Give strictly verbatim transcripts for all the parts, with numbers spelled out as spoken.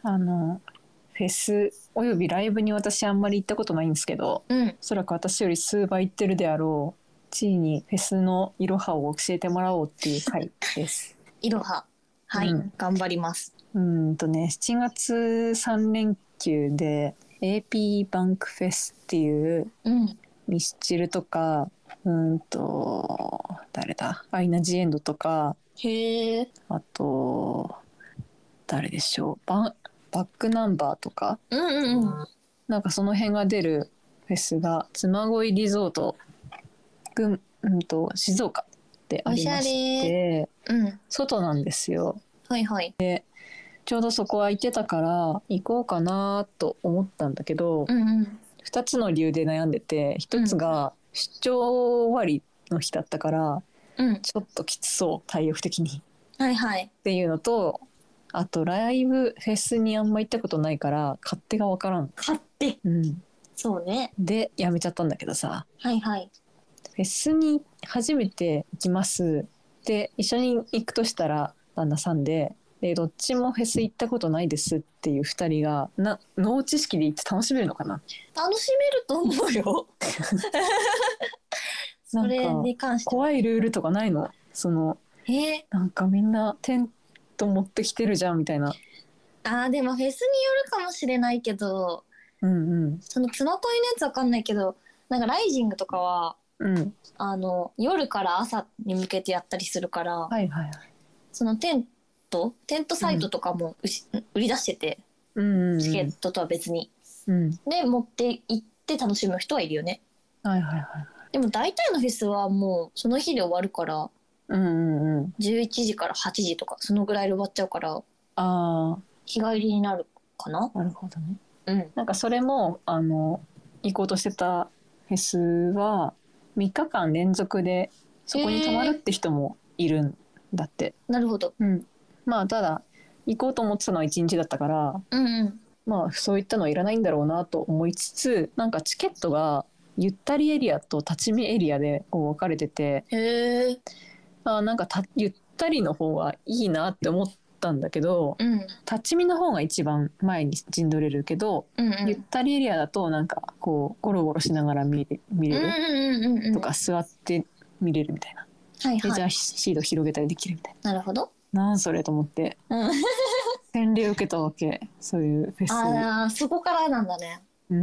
あのフェスおよびライブに私あんまり行ったことないんですけど、 うん、 おそらく私より数倍行ってるであろう地位にフェスのいろはを教えてもらおうっていう回です。 いろは、はい、 うん、 頑張ります。 うんとねしちがつさん連休で エーピー バンクフェスっていううん、 ミスチルとかうんと誰だアイナ・ジ・エンドとか、 へえ、 あと誰でしょう、ババックナンバーとか、 うんうんうん、 なんかその辺が出るフェスが妻恋リゾート群、うんと静岡でありまして、 うん、 外なんですよ。 はいはい、 ちょうどそこ空いてたから行こうかなと思ったんだけど、 うんうん、 ふたつの理由で悩んでて、ひとつが出張終わりの日だったからうん、 ちょっときつそう体力的にはいはい、 っていうのと、あとライブフェスにあんま行ったことないから勝手が分からん、 買って、 うん、 そうね、 でやめちゃったんだけどさ、 はいはい、 フェスに初めて行きますで一緒に行くとしたら旦那さんで、でどっちもフェス行ったことないですっていうふたりがな脳知識で行って楽しめるのかな。 楽しめると思うよ。それに関しては怖いルールとかないの？そのえー、 なんかみんなテント持ってきてるじゃんみたいな。 あーでもフェスによるかもしれないけど、 うんうんその妻恋のやつわかんないけど、なんかライジングとかはうんあの夜から朝に向けてやったりするから、 はいはいはい、 そのテントテントサイトとかもうし、売り出してて、 うんうんうん、 チケットとは別に、 うん、 で持って行って楽しむ人はいるよね。 はいはいはい、 でも大体のフェスはもうその日で終わるから、 うんうんうん、 じゅういちじからはちじとかそのぐらいで終わっちゃうから、 ああ日帰りになるかな。 なるほどね。 うん、 なんかそれもあの行こうとしてたフェスはみっかかん連続でそこに泊まるって人もいるんだって、 なるほど。 うん、まあただ行こうと思ってたのはいちにちだったから、 うんうん、 まあそういったのはいらないんだろうなと思いつつ、なんかチケットがゆったりエリアと立ち見エリアでこう分かれてて、 へえ、 あなんかたゆったりの方がいいなって思ったんだけど、 うん、 立ち見の方が一番前に陣取れるけど、 うんうん、 ゆったりエリアだとなんかこうゴロゴロしながら見れ見れる、 うんうんうんうん、 とか座って見れるみたいな、 はいはい、 レジャーシート広げたりできるみたいなるほど。 な、なんそれと思ってうん、 洗礼を受けたわけ、そういうフェス。 ああそこからなんだね。 うん、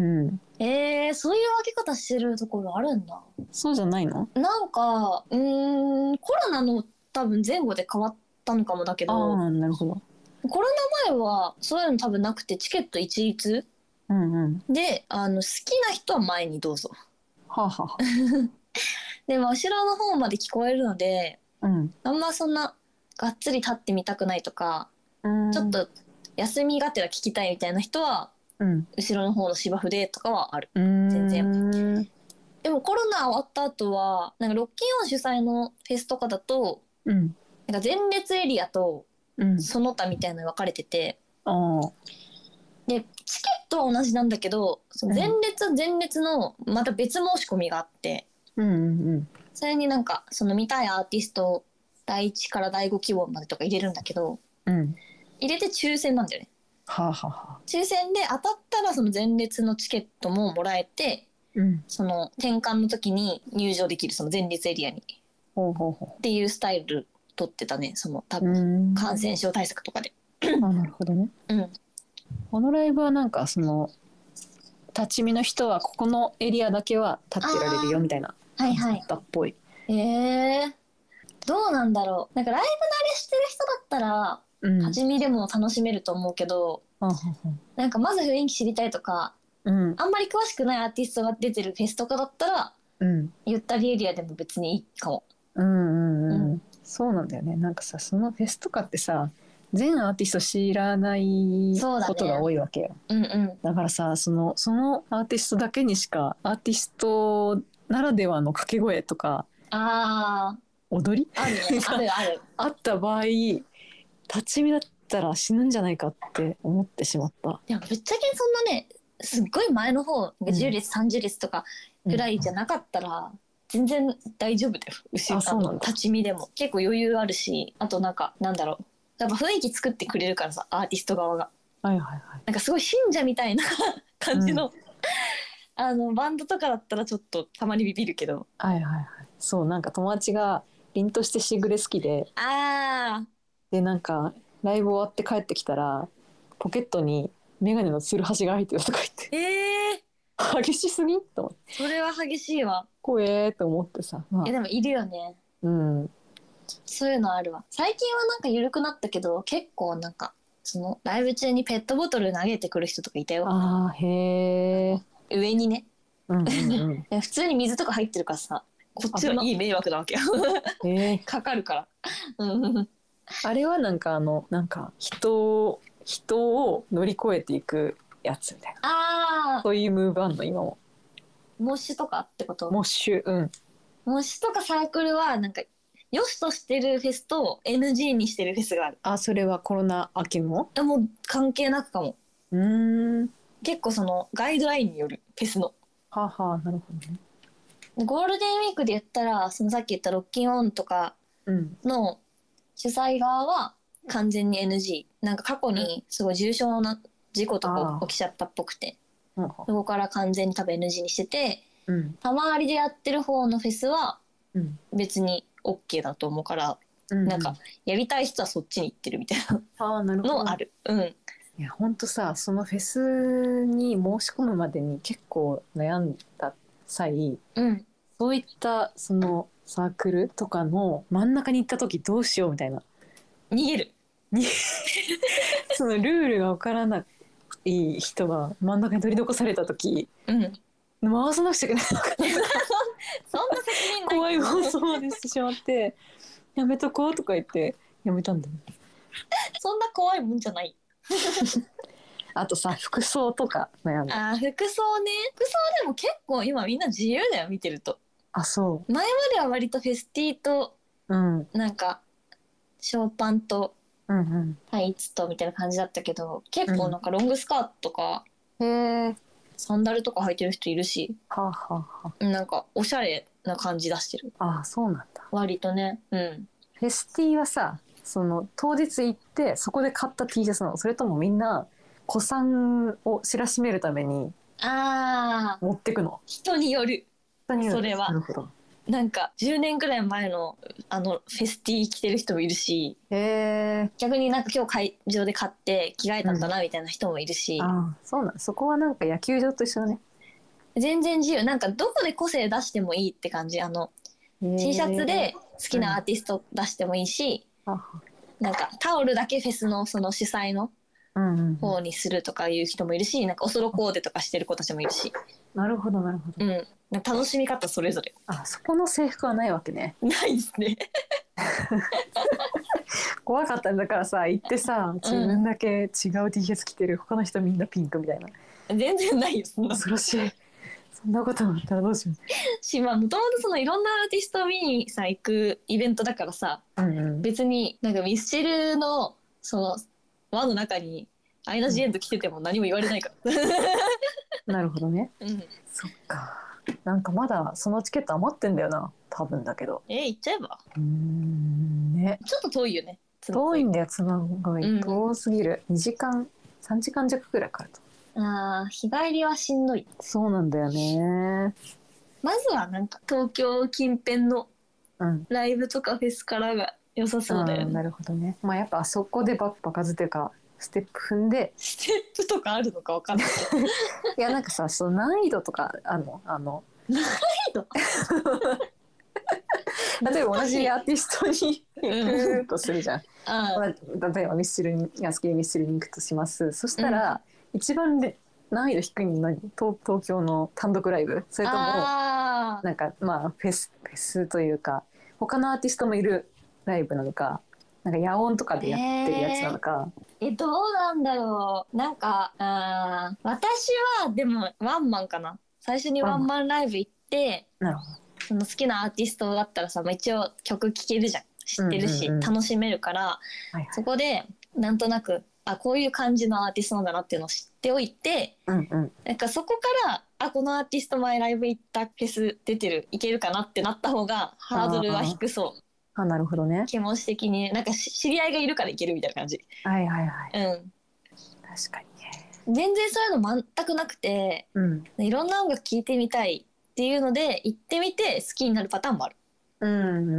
えー、そういう分け方してるところあるんだ。 そうじゃないの？ なんかうーんコロナの多分前後で変わったのかもだけど、 ああなるほど、 コロナ前はそういうの多分なくてチケット一律うんうんで、あの好きな人は前にどうぞ。 はあはあ、 でも後ろの方まで聞こえるので、 うん、 あんまそんながっつり立ってみたくないとか、 うんちょっと休みがてら聞きたいみたいな人はうん後ろの方の芝生でとかはある。 うん全然。でもコロナ終わった後はなんかロッキンオン主催のフェスとかだと、 うんなんか前列エリアとうんその他みたいなの分かれてて、 ああでチケットは同じなんだけど、その前列は前列のまた別申し込みがあって、 うんうんそれになんかその見たいアーティストだいいちからだいご希望までとか入れるんだけど、 うん入れて抽選なんだよね。 はあはあはあ、 抽選で当たったらその前列のチケットももらえて、 うんその転換の時に入場できるその前列エリアにほうほうほっていうスタイル取ってたね。その多う、 分ん感染症対策とかで。 あなるほどね。 うん。 このライブはなんかその立ち見の人はここのエリアだけは立ってられるよみたいなはいはいだったっぽい。 えー、どうなんだろう。なんかライブ慣れしてる人だったらうん立ち見でも楽しめると思うけど、 はあはあはあ、 なんかまず雰囲気知りたいとか、 うんあんまり詳しくないアーティストが出てるフェスとかだったらうんゆったりエリアでも別にいいかも。 うんうんうん、 うん、 そうなんだよね。なんかさそのフェスとかってさ全アーティスト知らないことが多いわけよ。 うんうん。 だからさそのそのアーティストだけにしかアーティストならではの掛け声とかあ踊りあ、あるね。あるある。 あった場合立ち見だったら死ぬんじゃないかって思ってしまった。 でもぶっちゃけそんなね、すっごい前の方じゅう列さんじゅう列とかぐらいじゃなかったら全然大丈夫だよ。後ろあそうなんだ。 立ち見でも結構余裕あるし、あとなんかなんだろう、やっぱ雰囲気作ってくれるからさ、アーティスト側が。 はいはいはい。 なんかすごい信者みたいな感じの、うん、あのバンドとかだったらちょっとたまにビビるけど。 はいはいはい。そうなんか友達が凛としてしぐれ好きで、 あでなんかライブ終わって帰ってきたらポケットにメガネのつるはしが入ってるとか言って、 えー、激しすぎと思って、 それは激しいわ。 怖えと思ってさ、まあ、 えでもいるよね。 うん、 そういうのあるわ。最近はなんか緩くなったけど、結構なんかそのライブ中にペットボトル投げてくる人とかいたよ。 あーへえ。 上にね、 うんうんうん、 普通に水とか入ってるからさ、こっちはいい迷惑なわけよ。 えー、 かかるから。 あれはなんかあのなんか人を人を乗り越えていくやつみたいな、 あそういうムーブあんの今も。 ーモッシュとかってこと？ モッシュ、うん。 モッシュとかサークルはなんか良しとしてるフェスと エヌジー にしてるフェスがある。 あ、それはコロナ明けも？ もう関係なくかも。 うーん。 結構そのガイドラインによるフェスの。 はあ、はあ、なるほどね。 ゴールデンウィークで言ったらそのさっき言ったロッキンオンとかの主催側は完全に エヌジー。なんか過去にすごい重症な事故とか起きちゃったっぽくて、 うん、 そこから完全に多分 エヌジー にしてて、 うん、 たまわりでやってる方のフェスはうん、 別に OK だと思うから、 うん、 なんかやりたい人はそっちに行ってるみたいなああ、なるほど。 のある。うん。 いやほんとさ、そのフェスに申し込むまでに結構悩んだ際、 うん。 そういったそのサークルとかの真ん中に行った時どうしようみたいな、 逃げる。 にそのルールが分からない人が真ん中に取り残された時、 うん。 回さなくちゃいけないのかなとかそんな責任ない。 怖い妄想までしてしまってやめとこうとか言ってやめたんだよ。 そんな怖いもんじゃない。 あとさ、服装とか悩んだ。 あー、服装ね。服装でも結構今みんな自由だよ、見てると。 あ、そ前までは割とフェスティーとう。うんなんかショーパンとうんタイツとみたいな感じだったけど、結構なんかロングスカートとかうん。へえ。 サンダルとか履いてる人いるし、 はあ、はあはなんかおしゃれな感じ出してる。 あ。あ、そうなんだ。 割とね。うん。 フェスティはさ、その当日行ってそこで買った T シャツなの？それともみんな古参を知らしめるためにああ、 持ってくの？ 人による。 それはなるほど。 なんかじゅうねんくらい前のあのフェスティ着てる人もいるし、 へえ。 逆になんか今日会場で買って着替えたんだなみたいな人もいるし、 うん、ああ、そうなん。そこはなんか野球場と一緒だね。 全然自由。なんかどこで個性出してもいいって感じ。あの T シャツで好きなアーティスト出してもいいし、 うん、 なんかタオルだけフェスのその主催の方にするとかいう人もいるし、なんかおそろコーデとかしてる子たちもいるし。 なるほどなるほど。 うん。なんか楽しみ方それぞれ。 あ、そこの制服はないわけね。 ないですね。 怖かったんだからさ、行ってさ、自分だけ違う T シャツ着てる、他の人みんなピンクみたいな。 全然ないよ、そんな。 恐ろしい。そんなことになったらどうしよう。 し、まあもともとそのいろんなアーティストを見にさ行くイベントだからさ、 うんうん、 別になんかミスチルのその輪の中にアイナ・ジ・エンド着てても何も言われないから。 なるほどね。 うん。 そっか。なんかまだそのチケット余ってんだよな、多分だけど。 えー、行っちゃえば。 うーんね。 ちょっと遠いよね。 遠いんだよ、つながり、遠すぎる。にじかん、さんじかん弱くらいかかると。 ああ、日帰りはしんどい。 そうなんだよね。 まずはなんか東京近辺のライブとかフェスからが良さそうだよね。 うん、なるほどね。まあやっぱあそこでバッ数というかステップ踏んで。 ステップとかあるのかわかんないけど。いやなんかさ、その難易度とかあのあの難易度例えば同じアーティストに行くとするじゃん。例えばミスチルに安木ミスチルに行くとします。そしたら、うん、一番で難易度低いのは東東京の単独ライブ、それともなんかまあフェスフェスというか他のアーティストもいるライブなのか、なんか野音とかでやってるやつなのか。 えー、えどうなんだろう。なんかあ私はでもワンマンかな。最初にワンマンライブ行って、 なるほど。 その好きなアーティストだったらさ、まあ、一応曲聴けるじゃん、知ってるし、うんうんうん、楽しめるから、はいはい、そこでなんとなくあこういう感じのアーティストなんだなっていうのを知っておいて、うんうん、なんかそこからあこのアーティスト前ライブ行ったフェス出てるいけるかなってなった方がハードルは低そう。 あ、なるほどね。 気持ち的になんか知り合いがいるからいけるみたいな感じ。 はいはいはい。 うん。 確かにね。 全然そういうの全くなくて、 うん、 いろんな音楽聴いてみたいっていうので行ってみて好きになるパターンもある。 うん、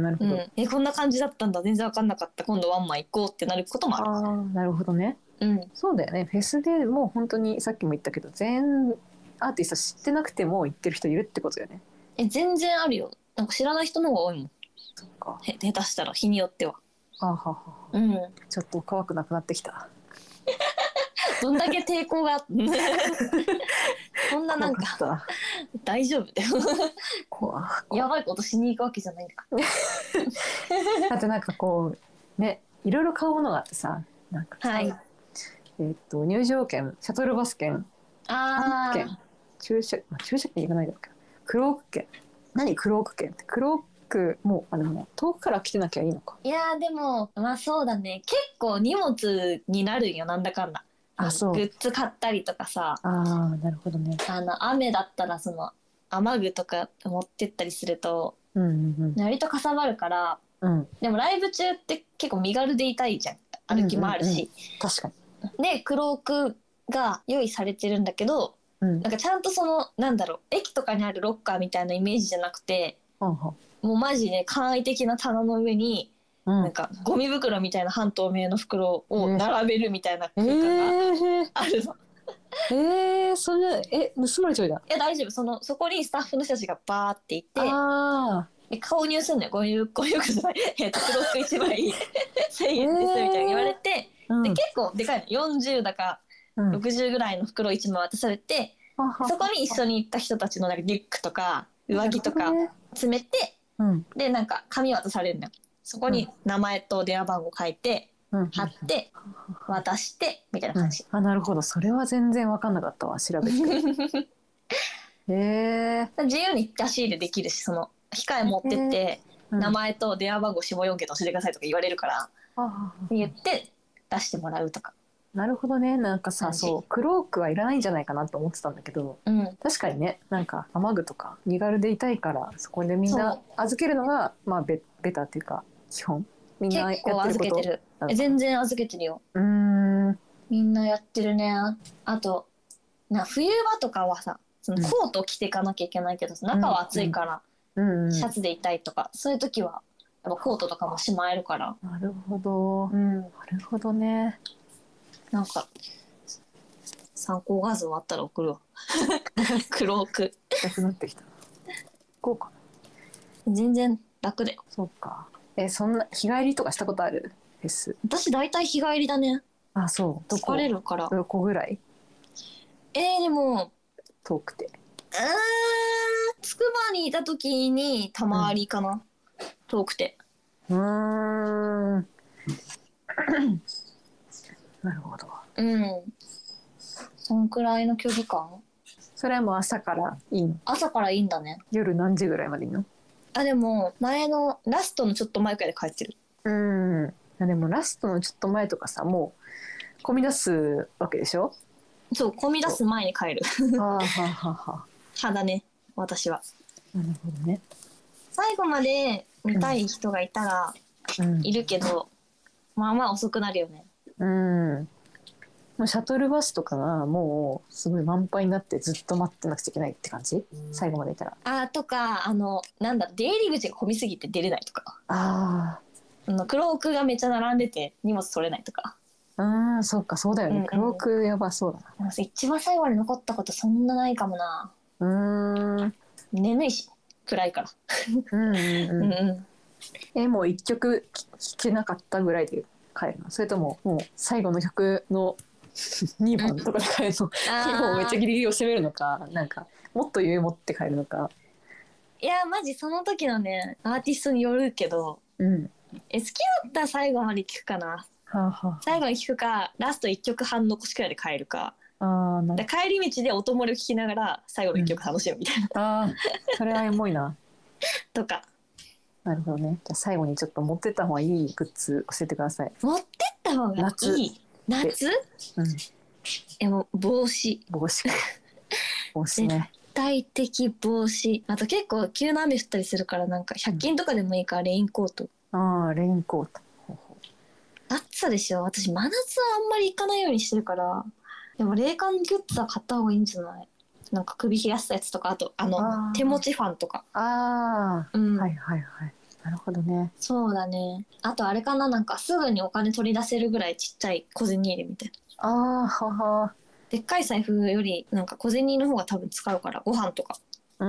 なるほど。 うん、えこんな感じだったんだ、全然分かんなかった、今度ワンマン行こうってなることもある。 ああ、なるほどね。 うん、 そうだよね。フェスでもう本当にさっきも言ったけど、全アーティスト知ってなくても行ってる人いるってことよね。 え全然あるよ。なんか知らない人の方が多いもん。 そっか。 へ下手したら日によっては。 はあ、はあはあ、 うん。 ちょっと怖くなくなってきた。 どんだけ抵抗がそんななんか怖か大丈夫だよ。 怖やばいことしに行くわけじゃないんだから。 あとなんかこうね、いろいろ買うものがあってさ、なんか、 はい、 えーっと入場券、シャトルバス券、 あ券、駐車、まあ、駐車券いらないだろうけど、クローク券。何クローク券って？クロークもうあでも遠くから来てなきゃいいのか。 いやでもまあそうだね、結構荷物になるんよ、なんだかんだ。 あ、そう。 グッズ買ったりとかさ、 ああ、なるほどね。 あの雨だったらその雨具とか持ってったりするとうんうん割とかさばるから、 うん。うん。 でもライブ中って結構身軽でいたいじゃん、歩き回るし、 確かに。でクロークが用意されてるんだけど、 に。うん。 なんかちゃんとそのなんだろう、駅とかにあるロッカーみたいなイメージじゃなくて、 はんはん。 もうマジね簡易的な棚の上に、 うん、 なんかゴミ袋みたいな半透明の袋を並べるみたいな空間があるの。 えー、えー、それえ盗まれちゃうじゃん。 いや大丈夫、そのそこにスタッフの人たちがバーっていて、 あで購入すんのよ、ゴミゴミ袋じゃない、えっとクロックいちまいせんえんですみたいに言われて、 ー、うん、 で結構でかいの、よんじゅうだかうんろくじゅうぐらいの袋いちまい渡されて、そこに一緒に行った人たちのなんかリュックとか上着とか詰めて、 うん、 でなんか紙渡されるのよ。そこに名前と電話番号書いて、 うん、 貼って渡してみたいな感じ、 うん、あ、なるほど。それは全然分かんなかったわ、調べて。へえー、 自由に出し入れできるし、その控え持ってって、 うん、 名前と電話番号下よん桁教えてくださいとか言われるから、 あ言って出してもらうとか。 なるほどね。なんかさ、そうクロークはいらないんじゃないかなと思ってたんだけど、 うん、 確かにね、なんか雨具とか身軽でいたいからそこでみんな預けるのがまあベベタっていうか基本みんなやってること。 結構預けてる。全然預けてるよ。 うーん、 みんなやってるね。あとな冬場とかはさ、そのコート着ていかなきゃいけないけど、うん、中は暑いからシャツでいたいとか、そういう時はやっぱコートとかもしまえるから。 なるほど、うん、なるほどね。 なんか参考画像あったら送るわ。クロークなくなってきた。こうかな。全然楽だよ。 そうか。え、そんな日帰りとかしたことある？フェス。 私大体日帰りだね。 あ、そう。どこ？ 疲れるから。 どこぐらい？ えー、でも遠くて。 あー、つくばにいた時にたまりかな、うん、遠くて。 うーん。なるほど。 うん。そんくらいの距離感。 それはもう朝からいいの？ 朝からいいんだね。 夜何時ぐらいまでいいの？ あ、でも前のラストのちょっと前くらいで帰ってる。 うん。でもラストのちょっと前とかさ、もう混み出すわけでしょ？ そう混み出す前に帰る。 はあはあはは。 派だね私は。 なるほどね。 最後まで見たい人がいたらいるけど、うん、まあまあ遅くなるよね。 うん。もうシャトルバスとかがもうすごい満杯になってずっと待ってなくちゃいけないって感じ？最後までいたら。 あとかあのなんだ出入り口が混みすぎて出れないとか。 ああのクロークがめっちゃ並んでて荷物取れないとか。 ああ、そうか、そうだよね、うんうん、クロークやばそうだな。 一番最後に残ったことそんなないかもな。 うーん、 眠いし暗いから。 うんうんうんうん、えもう一曲聴けなかったぐらいで帰るの？それとももう最後の曲のにばんとかで帰るの？うん、もうめっちゃギリギリを攻めるのか、なんかもっと余裕持って帰るのか。 いやマジその時のねアーティストによるけど、うん、え好きだったら最後まで聴くかな。はあはあ、最後に聴くかラストいっきょくはん残しくらいで帰るか。あな帰り道で音漏れを聴きながら最後のいっきょく楽しむみたいな、うん、 あそれはエモいなとか。 なるほどね。じゃあ最後にちょっと持ってった方がいいグッズ教えてください。 持ってった方がいい夏？夏、うん、えもう帽子帽子帽子ね、 絶対的帽子。あと結構急な雨降ったりするからなんかひゃく均とかでもいいからレインコート、 うん、ああレインコート。 暑さでしょ。私真夏はあんまり行かないようにしてるからでも冷感グッズは買った方がいいんじゃない？なんか首冷やすやつとか、あとあのあ手持ちファンとか。 ああ、うん、はいはいはい。なるほどね。 そうだね。あとあれかな、なんかすぐにお金取り出せるぐらいちっちゃい小銭入れみたいな。ああ、はは。 でっかい財布よりなんか小銭の方が多分使うから、ご飯とか。うん。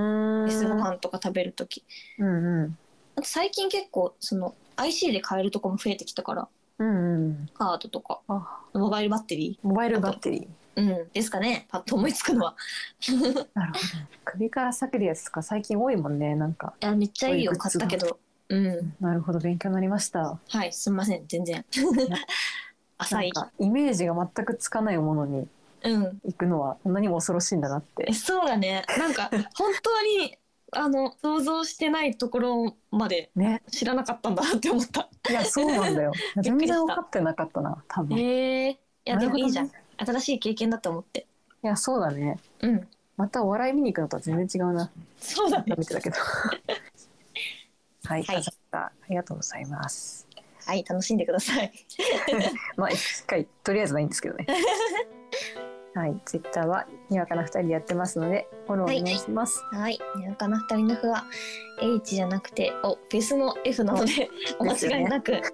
フェスご飯とか食べるとき。うんうん。あと最近結構その アイシー で買えるとこも増えてきたから。うんうん。カードとか。モバイルバッテリー。 モバイルバッテリー。 うんですかね、パッと思いつくのは。 なるほど。首から避けるやつとか最近多いもんね、なんか。 いやめっちゃいいよ、買ったけど。うん。 なるほど、勉強になりました。 はい、すみません、全然。浅い。 イメージが全くつかないものに行くのはこんなにも恐ろしいんだなって。 え、そうだね。なんか本当にあの想像してないところまで知らなかったんだなって思った。 ね、いやそうなんだよ。全然分かってなかったな、多分。 えー、いやでもいいじゃん。新しい経験だと思って。 いやそうだね。うん。またお笑い見に行くのとは全然違うな。 そうだね。 見てたけど。はい、はい、ありがとうございます。 はい、楽しんでください。 まあ一回とりあえずないんですけどね。はい、ツイッターはにわかなふたりでやってますのでフォローお願いします。 はい、にわかなふたりのふは H じゃなくておフェスの F なのでお間違いなく。ね、はい。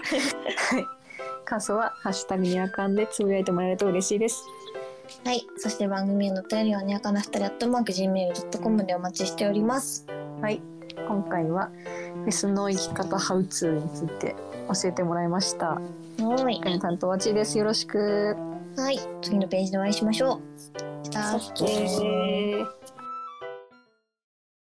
感想はハッシュタグにわかんでつぶやいてもらえると嬉しいです。 はい、そして番組へのお便りはにわかなふたりアットマーク ジーメールドットコム でお待ちしております。 はい、今回はフェスの生き方ハウツーについて教えてもらいました。はい。担当はちです。よろしく。 はい、次のページでお会いしましょう。 さて。